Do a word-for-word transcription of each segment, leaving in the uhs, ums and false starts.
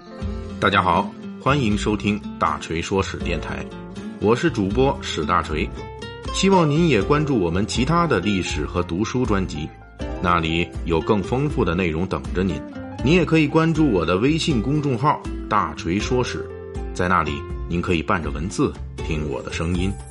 大家好，欢迎收听大锤说史电台，我是主播史大锤，希望您也关注我们其他的历史和读书专辑，那里有更丰富的内容等着您。您也可以关注我的微信公众号大锤说史，在那里您可以伴着文字听我的声音。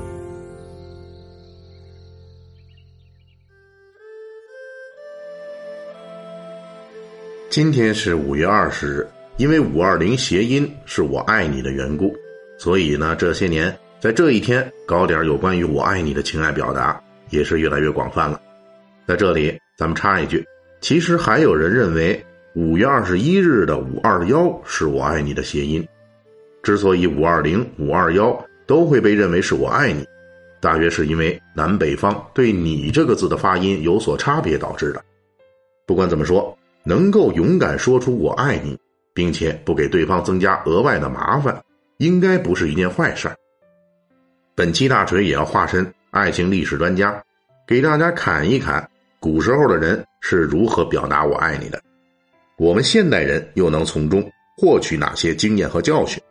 今天是五月二十日，因为五二零谐音是我爱你的缘故，所以呢，这些年在这一天搞点有关于我爱你的情爱表达也是越来越广泛了。在这里咱们插一句，其实还有人认为五月二十一日的五二一是我爱你的谐音。之所以五二零、五二一都会被认为是我爱你，大约是因为南北方对你这个字的发音有所差别导致的。不管怎么说，能够勇敢说出我爱你，并且不给对方增加额外的麻烦，应该不是一件坏事。本期大锤也要化身爱情历史专家，给大家侃一侃古时候的人是如何表达我爱你的，我们现代人又能从中获取哪些经验和教训。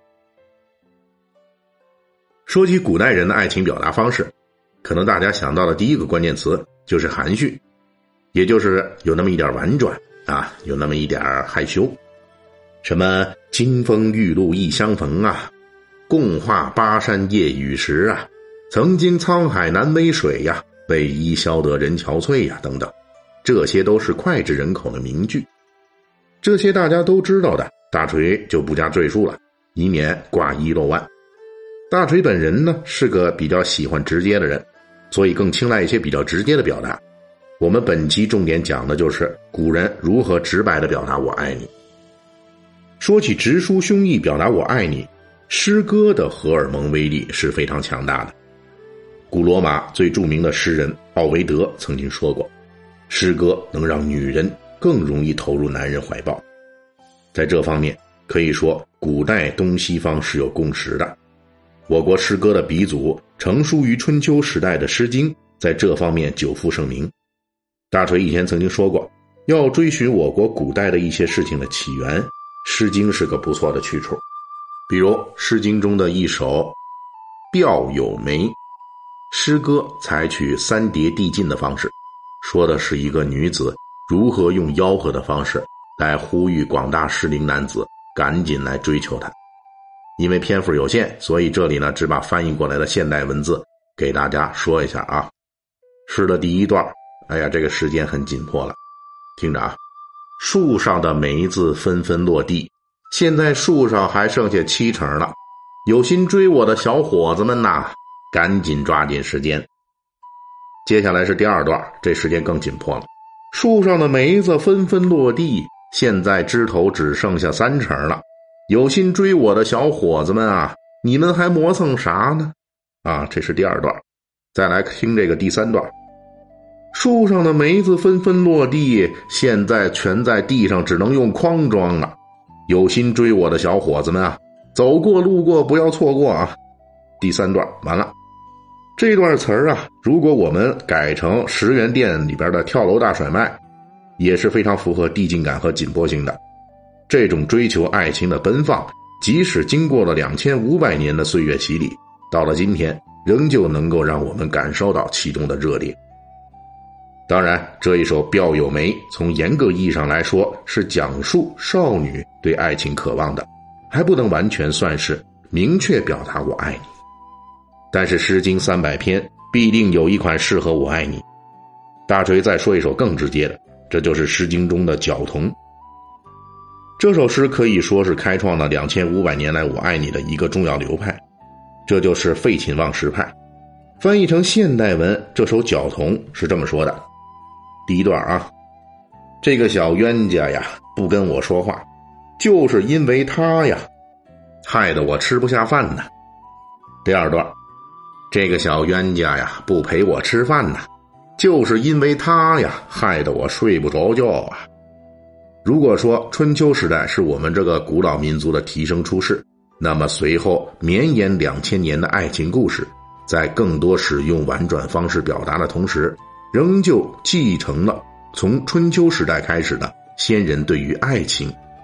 说起古代人的爱情表达方式，可能大家想到的第一个关键词就是含蓄，也就是有那么一点婉转啊，有那么一点害羞。什么金风玉露一相逢啊，共话巴山夜雨时啊，曾经沧海难为水呀、啊，为伊消得人憔悴呀、啊、等等，这些都是脍炙人口的名句。这些大家都知道的，大锤就不加赘述了，以免挂一漏万。大锤本人呢是个比较喜欢直接的人，所以更青睐一些比较直接的表达。我们本期重点讲的就是古人如何直白地表达我爱你。说起直抒胸臆表达我爱你，诗歌的荷尔蒙威力是非常强大的。古罗马最著名的诗人奥维德曾经说过，诗歌能让女人更容易投入男人怀抱。在这方面可以说古代东西方是有共识的。我国诗歌的鼻祖成书于春秋时代的诗经在这方面久负盛名。大锤以前曾经说过，要追寻我国古代的一些事情的起源，诗经是个不错的去处。比如诗经中的一首钓有梅，诗歌采取三叠递进的方式，说的是一个女子如何用吆喝的方式来呼吁广大适龄男子赶紧来追求她。因为篇幅有限，所以这里呢只把翻译过来的现代文字给大家说一下啊。诗的第一段，哎呀，这个时间很紧迫了，听着啊，树上的梅子纷纷落地，现在树上还剩下七成了，有心追我的小伙子们呐，赶紧抓紧时间。接下来是第二段，这时间更紧迫了，树上的梅子纷纷落地，现在枝头只剩下三成了，有心追我的小伙子们啊，你们还磨蹭啥呢？啊，这是第二段。再来听这个第三段，树上的梅子纷纷落地，现在全在地上只能用筐装了，有心追我的小伙子们啊，走过路过不要错过啊。第三段完了。这段词儿啊，如果我们改成十元店里边的跳楼大甩卖，也是非常符合递进感和紧迫性的。这种追求爱情的奔放，即使经过了两千五百年的岁月洗礼，到了今天仍旧能够让我们感受到其中的热烈。当然，这一首钓有梅从严格意义上来说是讲述少女对爱情渴望的，还不能完全算是明确表达我爱你。但是诗经三百篇必定有一款适合我爱你。大锤再说一首更直接的，这就是诗经中的角童。这首诗可以说是开创了两千五百年来我爱你的一个重要流派，这就是废寝忘食派。翻译成现代文，这首角童是这么说的。第一段啊，这个小冤家呀不跟我说话，就是因为他呀害得我吃不下饭呢。第二段，这个小冤家呀不陪我吃饭呢，就是因为他呀害得我睡不着觉啊。如果说春秋时代是我们这个古老民族的提升出世，那么随后绵延两千年的爱情故事，在更多使用婉转方式表达的同时，仍旧继承了从春秋时代开始的先人对于爱情、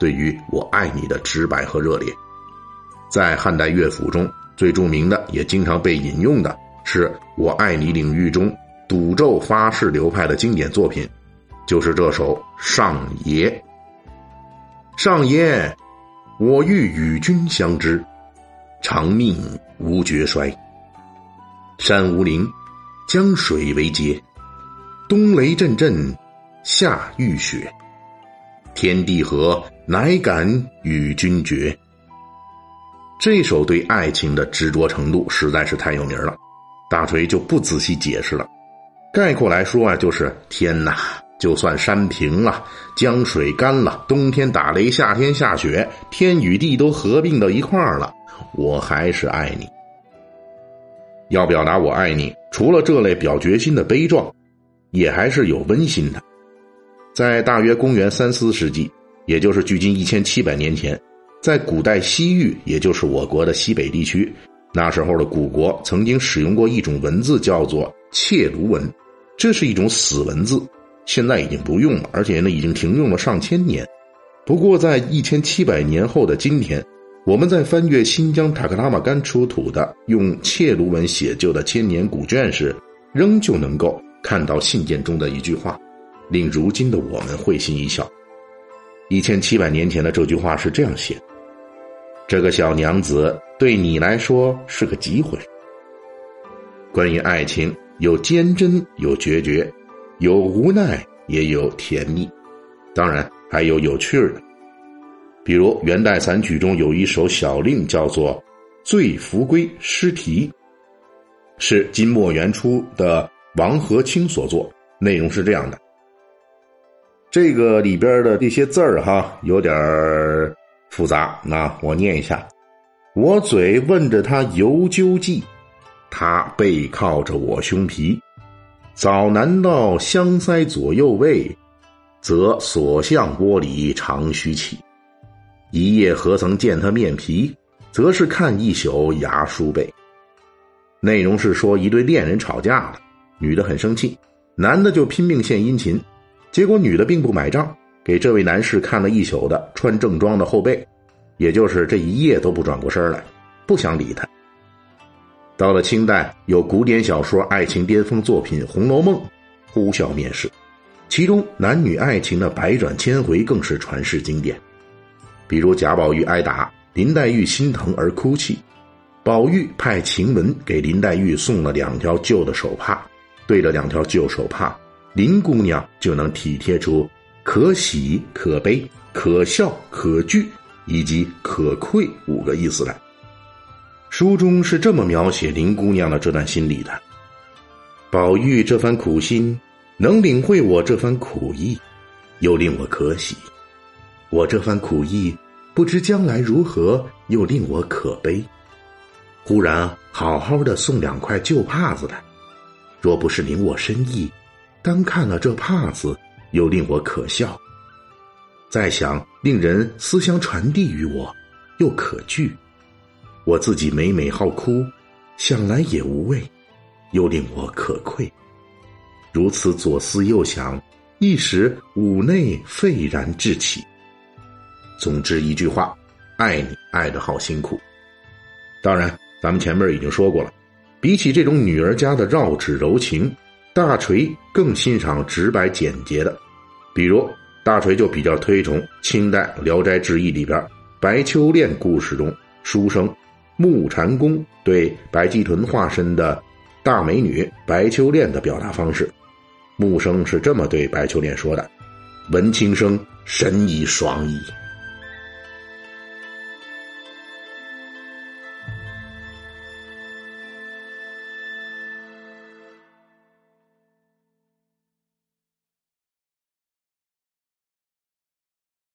对于我爱你的直白和热烈。在汉代乐府中，最著名的也经常被引用的是我爱你领域中赌咒发誓流派的经典作品，就是这首《上邪》。上邪，我欲与君相知，长命无绝衰。山无陵，江水为竭，冬雷阵阵，夏雨雪。天地合，乃敢与君绝。这首对爱情的执着程度实在是太有名了，大锤就不仔细解释了。概括来说啊，就是天哪，就算山平了，江水干了，冬天打雷，夏天下雪，天与地都合并到一块儿了，我还是爱你。要表达我爱你，除了这类表决心的悲壮，也还是有温馨的。在大约公元三四世纪，也就是距今一千七百年前，在古代西域，也就是我国的西北地区，那时候的古国曾经使用过一种文字，叫做切卢文。这是一种死文字，现在已经不用了，而且呢已经停用了上千年。不过在一千七百年后的今天，我们在翻阅新疆塔克拉玛干出土的用切卢文写就的千年古卷时，仍旧能够看到信件中的一句话，令如今的我们会心一笑。一千七百年前的这句话是这样写：这个小娘子对你来说是个机会。关于爱情，有坚贞，有决绝，有无奈，也有甜蜜，当然还有有趣的。比如元代散曲中有一首小令叫做《醉扶归诗题》，是金末元初的王和清所作，内容是这样的。这个里边的这些字儿哈，有点复杂，那我念一下。我嘴问着他游究记，他背靠着我胸皮，早难道相塞左右位，则所向窝里常须起。一夜何曾见他面皮，则是看一宿牙梳背。内容是说一对恋人吵架了，女的很生气，男的就拼命献殷勤，结果女的并不买账，给这位男士看了一宿的穿正装的后背，也就是这一夜都不转过身来，不想理他。到了清代，有古典小说爱情巅峰作品《红楼梦》呼啸面世，其中男女爱情的百转千回更是传世经典。比如贾宝玉挨打，林黛玉心疼而哭泣，宝玉派晴雯给林黛玉送了两条旧的手帕，对着两条旧手帕，林姑娘就能体贴出可喜可悲、可笑可惧以及可愧五个意思来。书中是这么描写林姑娘的这段心理的：宝玉这番苦心，能领会我这番苦意，又令我可喜；我这番苦意，不知将来如何，又令我可悲。忽然好好的送两块旧帕子来，若不是领我深意，单看了这帕子，又令我可笑。再想令人思乡传递于我，又可惧。我自己每每好哭，想来也无味，又令我可愧。如此左思右想，一时五内沸然至起。总之一句话，爱你爱得好辛苦。当然咱们前面已经说过了，比起这种女儿家的绕指柔情，大锤更欣赏直白简洁的。比如大锤就比较推崇清代《聊斋志异》里边白秋恋故事中书生木禅公对白济屯化身的大美女白秋恋的表达方式。木生是这么对白秋恋说的：闻轻声，神怡爽矣。